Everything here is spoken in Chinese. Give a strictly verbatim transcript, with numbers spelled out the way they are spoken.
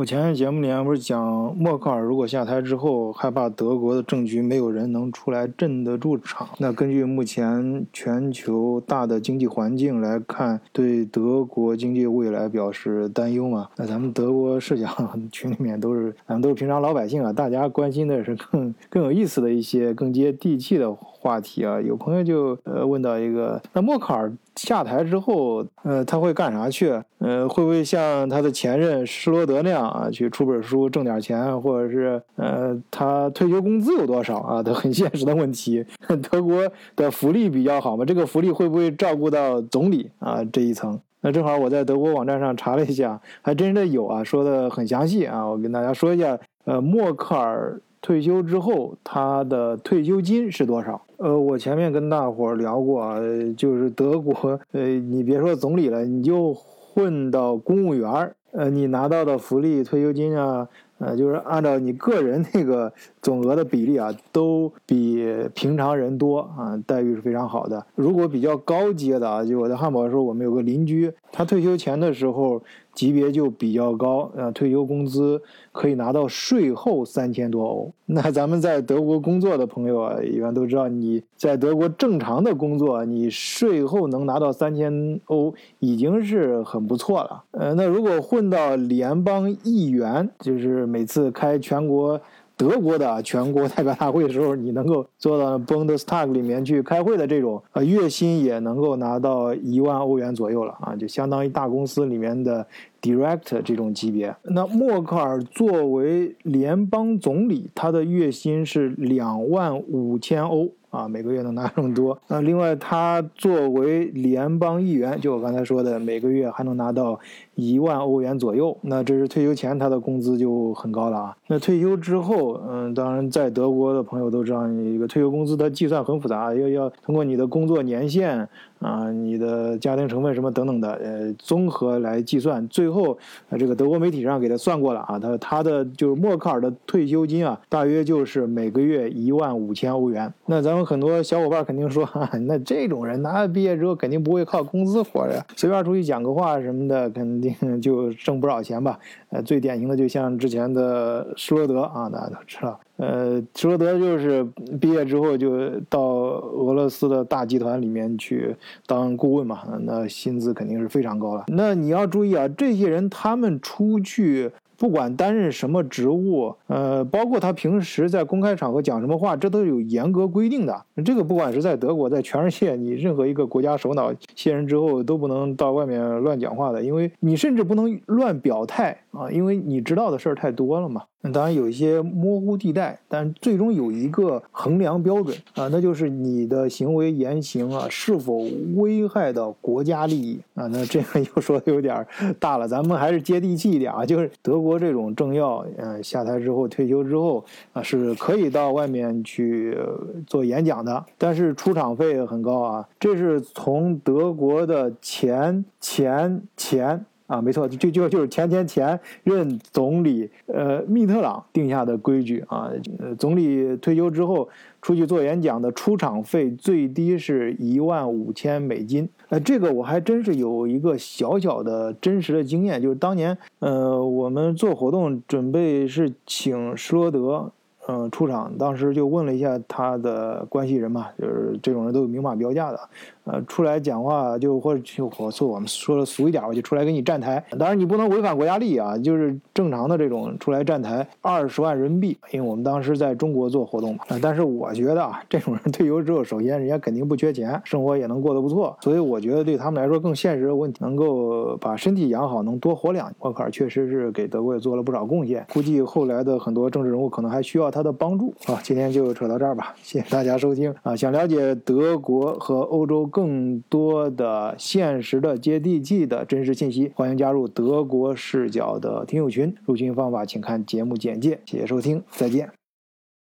我前面节目里面不是讲默克尔如果下台之后，害怕德国的政局没有人能出来镇得住场。那根据目前全球大的经济环境来看，对德国经济未来表示担忧嘛。那咱们德国视角群里面都是咱们都是平常老百姓啊，大家关心的是更更有意思的一些更接地气的话题啊。有朋友就呃问到一个，那默克尔下台之后，呃，他会干啥去？呃，会不会像他的前任施罗德那样啊，去出本书挣点钱，或者是呃，他退休工资有多少啊？都很现实的问题。德国的福利比较好吗？这个福利会不会照顾到总理啊这一层？那正好我在德国网站上查了一下，还真的有啊，说的很详细啊。我跟大家说一下，呃，默克尔退休之后他的退休金是多少？呃，我前面跟大伙聊过啊，就是德国，呃，你别说总理了，你就混到公务员，呃，你拿到的福利、退休金啊，呃，就是按照你个人那个总额的比例啊，都比平常人多啊，待遇是非常好的。如果比较高阶的啊，就我在汉堡的时候，我们有个邻居，他退休前的时候级别就比较高，呃，退休工资可以拿到税后三千多欧。那咱们在德国工作的朋友啊，一般都知道，你在德国正常的工作，你税后能拿到三千欧，已经是很不错了。呃，那如果混到联邦议员，就是每次开全国。德国的全国代表大会的时候，你能够坐到 Bundestag 里面去开会的这种，呃，月薪也能够拿到一万欧元左右了啊，就相当于大公司里面的 Direct 这种级别。那默克尔作为联邦总理，他的月薪是两万五千欧。啊，每个月能拿这么多。那另外，他作为联邦议员，就我刚才说的，每个月还能拿到一万欧元左右。那这是退休前他的工资就很高了啊。那退休之后，嗯，当然在德国的朋友都知道，你一个退休工资的计算很复杂，要要通过你的工作年限啊、你的家庭成分什么等等的，呃，综合来计算。最后，呃，这个德国媒体上给他算过了啊，他他的就是默克尔的退休金啊，大约就是每个月一万五千欧元。那咱们很多小伙伴肯定说，啊，那这种人他毕业之后肯定不会靠工资活着，随便出去讲个话什么的，肯定就挣不少钱吧。呃，最典型的就像之前的施罗德啊，大家都知道。呃，施罗德就是毕业之后就到俄罗斯的大集团里面去当顾问嘛，那薪资肯定是非常高了。那你要注意啊，这些人他们出去不管担任什么职务，呃，包括他平时在公开场合讲什么话，这都有严格规定的。这个不管是在德国，在全世界，你任何一个国家首脑卸任之后都不能到外面乱讲话的，因为你甚至不能乱表态啊，因为你知道的事儿太多了嘛。当然有一些模糊地带，但最终有一个衡量标准啊，那就是你的行为言行啊是否危害到国家利益啊。那这个又说的有点大了，咱们还是接地气一点啊，就是德国这种政要，嗯，下台之后退休之后啊，是可以到外面去做演讲的，但是出场费很高啊。这是从德国的前前前。啊，没错，就就就是前前前任总理呃密特朗定下的规矩啊，呃，总理退休之后出去做演讲的出场费最低是一万五千美金。呃，这个我还真是有一个小小的真实的经验，就是当年呃我们做活动准备是请施罗德。嗯，出场当时就问了一下他的关系人嘛，就是这种人都有明码标价的，呃，出来讲话就或者就我说我们说的俗一点，我就出来给你站台。当然你不能违反国家利益啊，就是正常的这种出来站台，二十万人民币，因为我们当时在中国做活动嘛。呃、但是我觉得啊，这种人退休之后，首先人家肯定不缺钱，生活也能过得不错，所以我觉得对他们来说更现实的问题，能够把身体养好，能多活两年。默克尔确实是给德国也做了不少贡献，估计后来的很多政治人物可能还需要他的帮助。好，今天就扯到这儿吧，谢谢大家收听啊！想了解德国和欧洲更多的现实的接地气的真实信息，欢迎加入德国视角的听友群，入群方法请看节目简介。谢谢收听，再见。